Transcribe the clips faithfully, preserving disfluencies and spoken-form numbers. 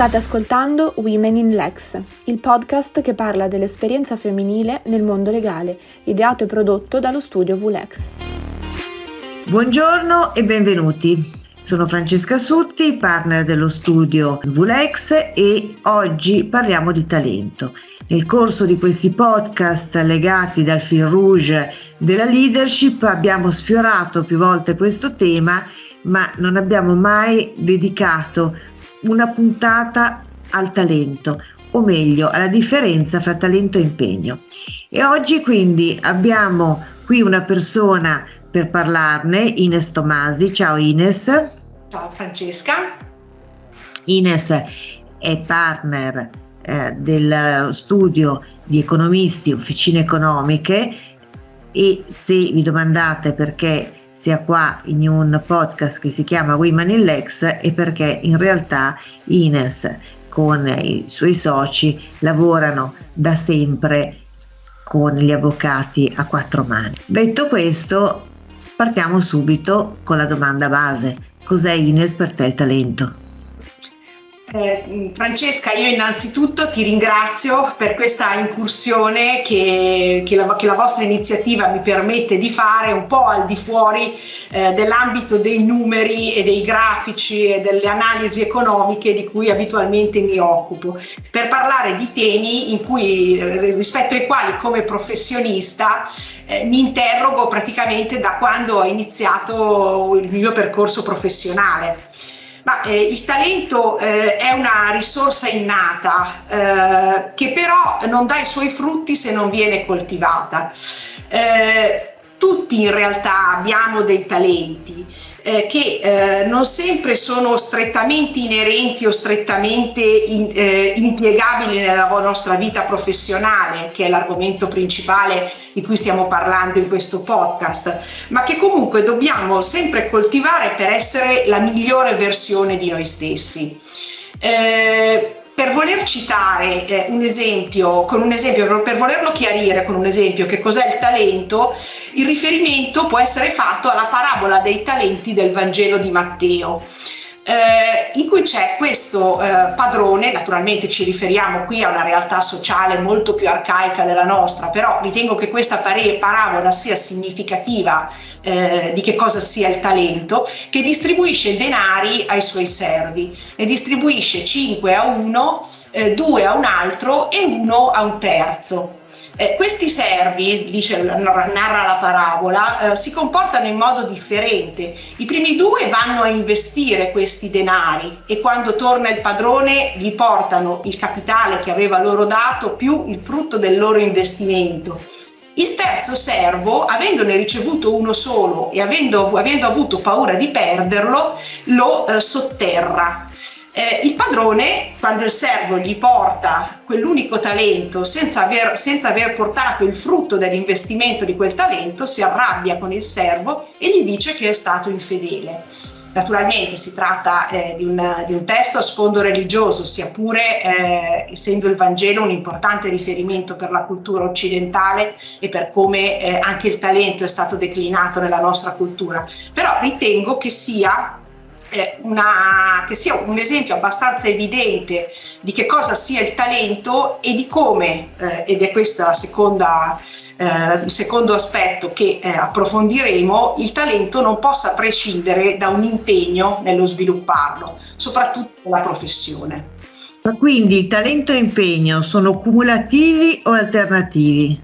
State ascoltando Women in Lex, il podcast che parla dell'esperienza femminile nel mondo legale, ideato e prodotto dallo studio Vulex. Buongiorno e benvenuti. Sono Francesca Sutti, partner dello studio Vulex, e oggi parliamo di talento. Nel corso di questi podcast legati dal fil rouge della leadership abbiamo sfiorato più volte questo tema, ma non abbiamo mai dedicato una puntata al talento, o meglio alla differenza fra talento e impegno. E oggi quindi abbiamo qui una persona per parlarne, Ines Tomasi. Ciao Ines. Ciao Francesca. Ines è partner eh, del studio di economisti Officine Economiche, e se vi domandate perché sia qua in un podcast che si chiama Women in Lex è perché in realtà Ines con i suoi soci lavorano da sempre con gli avvocati a quattro mani. Detto questo, partiamo subito con la domanda base. Cos'è, Ines, per te il talento? Eh, Francesca, io innanzitutto ti ringrazio per questa incursione che, che, la, che la vostra iniziativa mi permette di fare un po' al di fuori eh, dell'ambito dei numeri e dei grafici e delle analisi economiche di cui abitualmente mi occupo, per parlare di temi in cui, eh, rispetto ai quali come professionista eh, mi interrogo praticamente da quando ho iniziato il mio percorso professionale. Ma eh, il talento eh, è una risorsa innata eh, che però non dà i suoi frutti se non viene coltivata. Eh, tutti in realtà abbiamo dei talenti eh, che eh, non sempre sono strettamente inerenti o strettamente in, eh, impiegabili nella nostra vita professionale, che è l'argomento principale di cui stiamo parlando in questo podcast, ma che comunque dobbiamo sempre coltivare per essere la migliore versione di noi stessi. Eh, Per voler citare eh, un esempio, con un esempio, per, per volerlo chiarire con un esempio che cos'è il talento, il riferimento può essere fatto alla parabola dei talenti del Vangelo di Matteo, eh, in cui c'è questo eh, padrone. Naturalmente ci riferiamo qui a una realtà sociale molto più arcaica della nostra, però ritengo che questa pare- parabola sia significativa Eh, di che cosa sia il talento, che distribuisce denari ai suoi servi. Ne distribuisce cinque a uno, eh, due a un altro e uno a un terzo. Eh, questi servi, dice, narra la parabola, eh, si comportano in modo differente. I primi due vanno a investire questi denari e quando torna il padrone gli portano il capitale che aveva loro dato più il frutto del loro investimento. Il terzo servo, avendone ricevuto uno solo e avendo, avendo avuto paura di perderlo, lo eh, sotterra. Eh, il padrone, quando il servo gli porta quell'unico talento senza aver, senza aver portato il frutto dell'investimento di quel talento, si arrabbia con il servo e gli dice che è stato infedele. Naturalmente si tratta eh, di, un, di un testo a sfondo religioso, sia pure eh, essendo il Vangelo un importante riferimento per la cultura occidentale e per come eh, anche il talento è stato declinato nella nostra cultura. Però ritengo che sia, eh, una, che sia un esempio abbastanza evidente di che cosa sia il talento e di come, eh, ed è questa la seconda Uh, il secondo aspetto che uh, approfondiremo, il talento non possa prescindere da un impegno nello svilupparlo, soprattutto nella professione. Ma quindi il talento e impegno sono cumulativi o alternativi?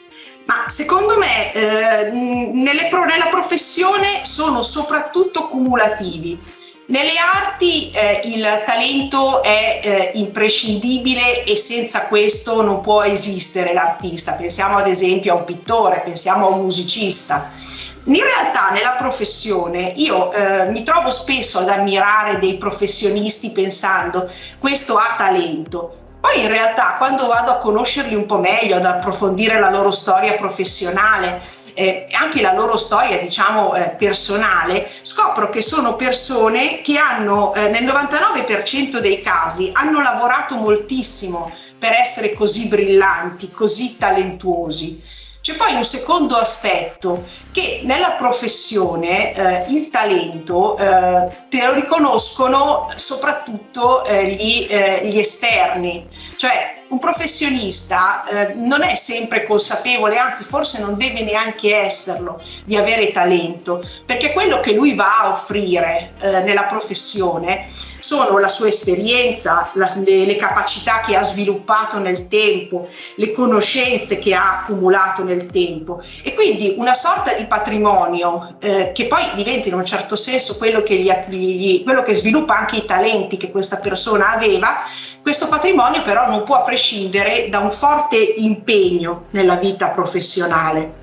Ma secondo me eh, nelle pro- nella professione sono soprattutto cumulativi. Nelle arti eh, il talento è eh, imprescindibile e senza questo non può esistere l'artista. Pensiamo ad esempio a un pittore, pensiamo a un musicista. In realtà nella professione io eh, mi trovo spesso ad ammirare dei professionisti pensando questo ha talento. Poi in realtà quando vado a conoscerli un po' meglio, ad approfondire la loro storia professionale, Eh, anche la loro storia diciamo eh, personale, scopro che sono persone che hanno eh, nel novantanove per cento dei casi hanno lavorato moltissimo per essere così brillanti, così talentuosi. C'è poi un secondo aspetto, che nella professione eh, il talento eh, te lo riconoscono soprattutto eh, gli, eh, gli esterni, cioè un professionista eh, non è sempre consapevole, anzi forse non deve neanche esserlo, di avere talento, perché quello che lui va a offrire eh, nella professione sono la sua esperienza, la, le, le capacità che ha sviluppato nel tempo, le conoscenze che ha accumulato nel tempo, e quindi una sorta di patrimonio eh, che poi diventa in un certo senso quello che, gli, gli, quello che sviluppa anche i talenti che questa persona aveva. Questo patrimonio però non può prescindere da un forte impegno nella vita professionale.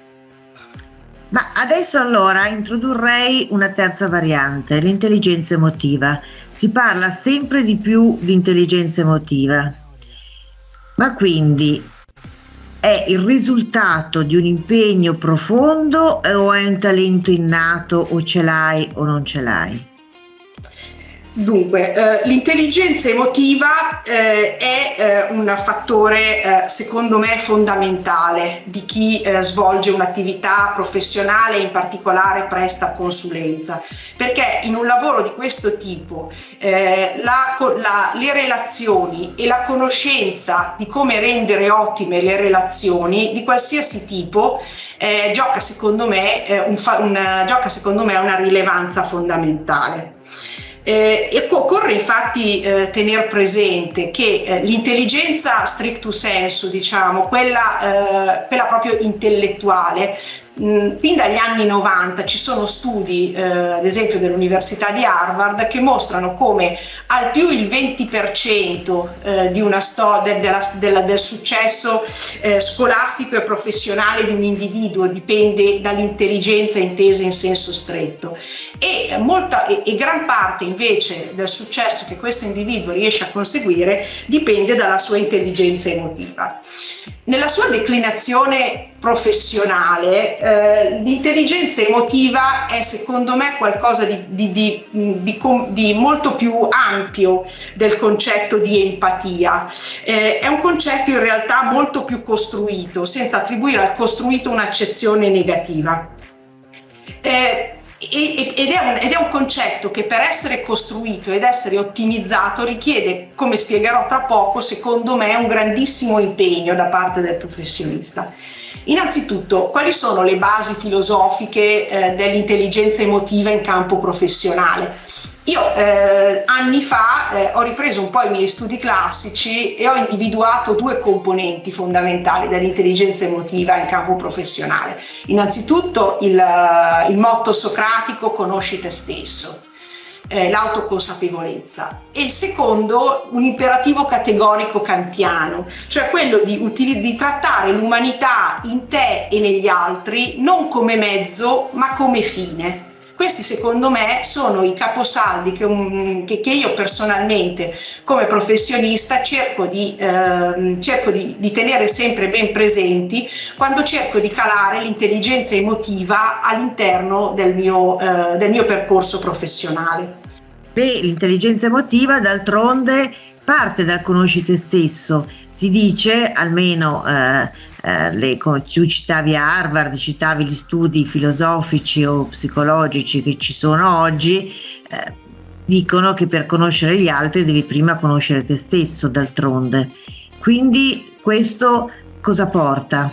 Ma adesso allora introdurrei una terza variante, l'intelligenza emotiva. Si parla sempre di più di intelligenza emotiva, ma quindi è il risultato di un impegno profondo o è un talento innato, o ce l'hai o non ce l'hai? Dunque, eh, l'intelligenza emotiva eh, è eh, un fattore eh, secondo me fondamentale di chi eh, svolge un'attività professionale, in particolare presta consulenza, perché in un lavoro di questo tipo eh, la, la, le relazioni e la conoscenza di come rendere ottime le relazioni di qualsiasi tipo eh, gioca secondo me eh, un, un, gioca secondo me una rilevanza fondamentale. Eh, e occorre infatti eh, tenere presente che eh, l'intelligenza stricto sensu, diciamo, quella, eh, quella proprio intellettuale, mh, fin dagli anni novanta ci sono studi, eh, ad esempio dell'Università di Harvard, che mostrano come al più il venti per cento eh, di una sto- de- della, della, del successo eh, scolastico e professionale di un individuo dipende dall'intelligenza intesa in senso stretto, e, molta, e, e gran parte invece del successo che questo individuo riesce a conseguire dipende dalla sua intelligenza emotiva. Nella sua declinazione professionale eh, l'intelligenza emotiva è secondo me qualcosa di, di, di, di, di molto più ampio del concetto di empatia. Eh, è un concetto in realtà molto più costruito, senza attribuire al costruito un'accezione negativa. Eh, Ed è, un, ed è un concetto che per essere costruito ed essere ottimizzato richiede, come spiegherò tra poco, secondo me un grandissimo impegno da parte del professionista. Innanzitutto, quali sono le basi filosofiche eh, dell'intelligenza emotiva in campo professionale? Io eh, anni fa eh, ho ripreso un po' i miei studi classici e ho individuato due componenti fondamentali dell'intelligenza emotiva in campo professionale. Innanzitutto il, il motto socratico "conosci te stesso", eh, l'autoconsapevolezza, e il secondo un imperativo categorico kantiano, cioè quello di, util- di trattare l'umanità in te e negli altri non come mezzo ma come fine. Questi secondo me sono i caposaldi che, um, che, che io personalmente come professionista cerco, di, eh, cerco di, di tenere sempre ben presenti quando cerco di calare l'intelligenza emotiva all'interno del mio, eh, del mio percorso professionale. Beh, l'intelligenza emotiva d'altronde parte dal conosci te stesso. Si dice, almeno eh, eh, le, tu citavi Harvard, citavi gli studi filosofici o psicologici che ci sono oggi, eh, dicono che per conoscere gli altri devi prima conoscere te stesso, d'altronde. Quindi questo cosa porta?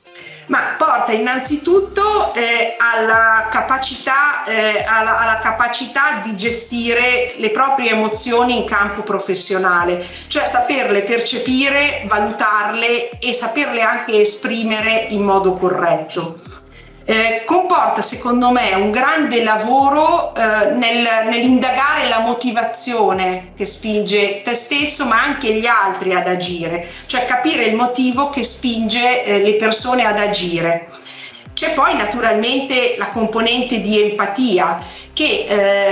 Ma porta innanzitutto eh, alla capacità, eh, alla, alla capacità di gestire le proprie emozioni in campo professionale, cioè saperle percepire, valutarle e saperle anche esprimere in modo corretto. Eh, comporta secondo me un grande lavoro eh, nel, nell'indagare la motivazione che spinge te stesso ma anche gli altri ad agire, cioè capire il motivo che spinge eh, le persone ad agire. C'è poi naturalmente la componente di empatia che eh,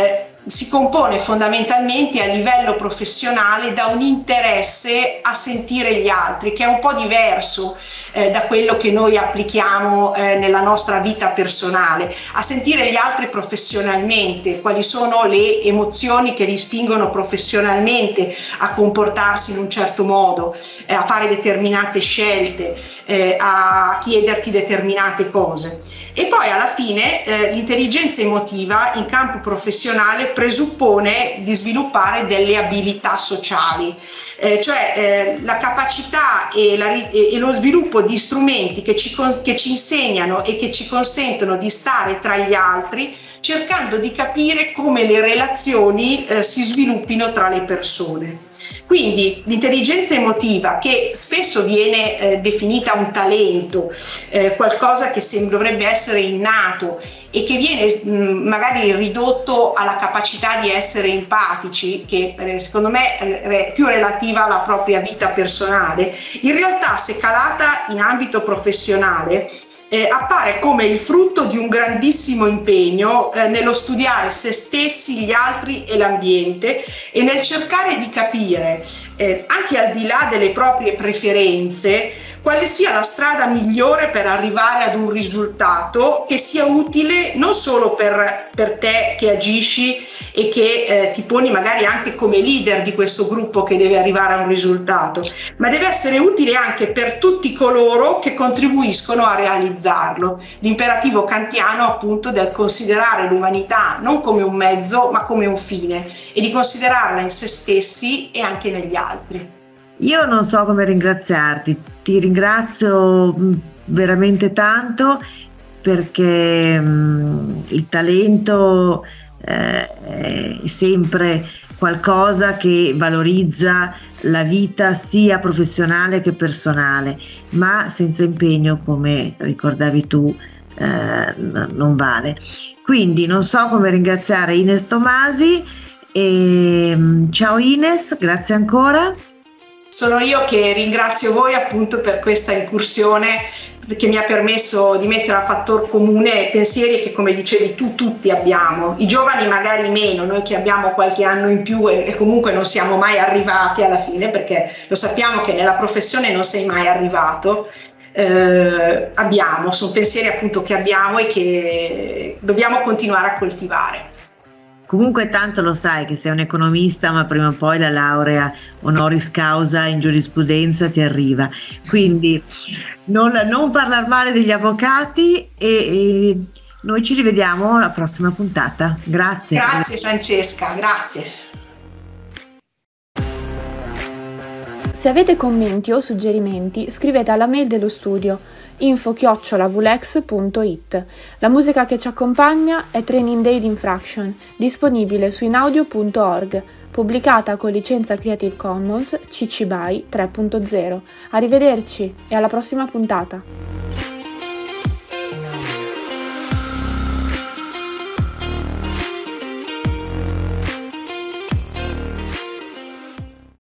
si compone fondamentalmente a livello professionale da un interesse a sentire gli altri, che è un po' diverso eh, da quello che noi applichiamo eh, nella nostra vita personale, a sentire gli altri professionalmente, quali sono le emozioni che li spingono professionalmente a comportarsi in un certo modo, eh, a fare determinate scelte, eh, a chiederti determinate cose. E poi alla fine eh, l'intelligenza emotiva in campo professionale presuppone di sviluppare delle abilità sociali, eh, cioè eh, la capacità e, la, e lo sviluppo di strumenti che ci, che ci insegnano e che ci consentono di stare tra gli altri, cercando di capire come le relazioni eh, si sviluppino tra le persone. Quindi l'intelligenza emotiva, che spesso viene eh, definita un talento, eh, qualcosa che sem- dovrebbe essere innato e che viene mh, magari ridotto alla capacità di essere empatici, che eh, secondo me è più relativa alla propria vita personale, in realtà se calata in ambito professionale Eh, appare come il frutto di un grandissimo impegno eh, nello studiare se stessi, gli altri e l'ambiente, e nel cercare di capire, eh, anche al di là delle proprie preferenze, quale sia la strada migliore per arrivare ad un risultato che sia utile non solo per, per te che agisci e che eh, ti poni magari anche come leader di questo gruppo che deve arrivare a un risultato, ma deve essere utile anche per tutti coloro che contribuiscono a realizzarlo. L'imperativo kantiano appunto del considerare l'umanità non come un mezzo ma come un fine, e di considerarla in se stessi e anche negli altri. Io non so come ringraziarti, ti ringrazio veramente tanto, perché mh, il talento eh, è sempre qualcosa che valorizza la vita sia professionale che personale, ma senza impegno, come ricordavi tu, eh, non vale. Quindi non so come ringraziare Ines Tomasi e ciao Ines, grazie ancora. Sono io che ringrazio voi appunto per questa incursione che mi ha permesso di mettere a fattor comune pensieri che, come dicevi tu, tutti abbiamo. I giovani magari meno, noi che abbiamo qualche anno in più e, e comunque non siamo mai arrivati alla fine, perché lo sappiamo che nella professione non sei mai arrivato. Eh, abbiamo, sono pensieri appunto che abbiamo e che dobbiamo continuare a coltivare. Comunque tanto lo sai che sei un economista, ma prima o poi la laurea honoris causa in giurisprudenza ti arriva, quindi non, non parlare male degli avvocati, e, e noi ci rivediamo alla prossima puntata. Grazie. Grazie Francesca, grazie. Se avete commenti o suggerimenti, scrivete alla mail dello studio info chiocciola vulex punto it. La musica che ci accompagna è Training Day di Infraction, disponibile su inaudio punto org, pubblicata con licenza Creative Commons C C B Y tre punto zero. Arrivederci e alla prossima puntata!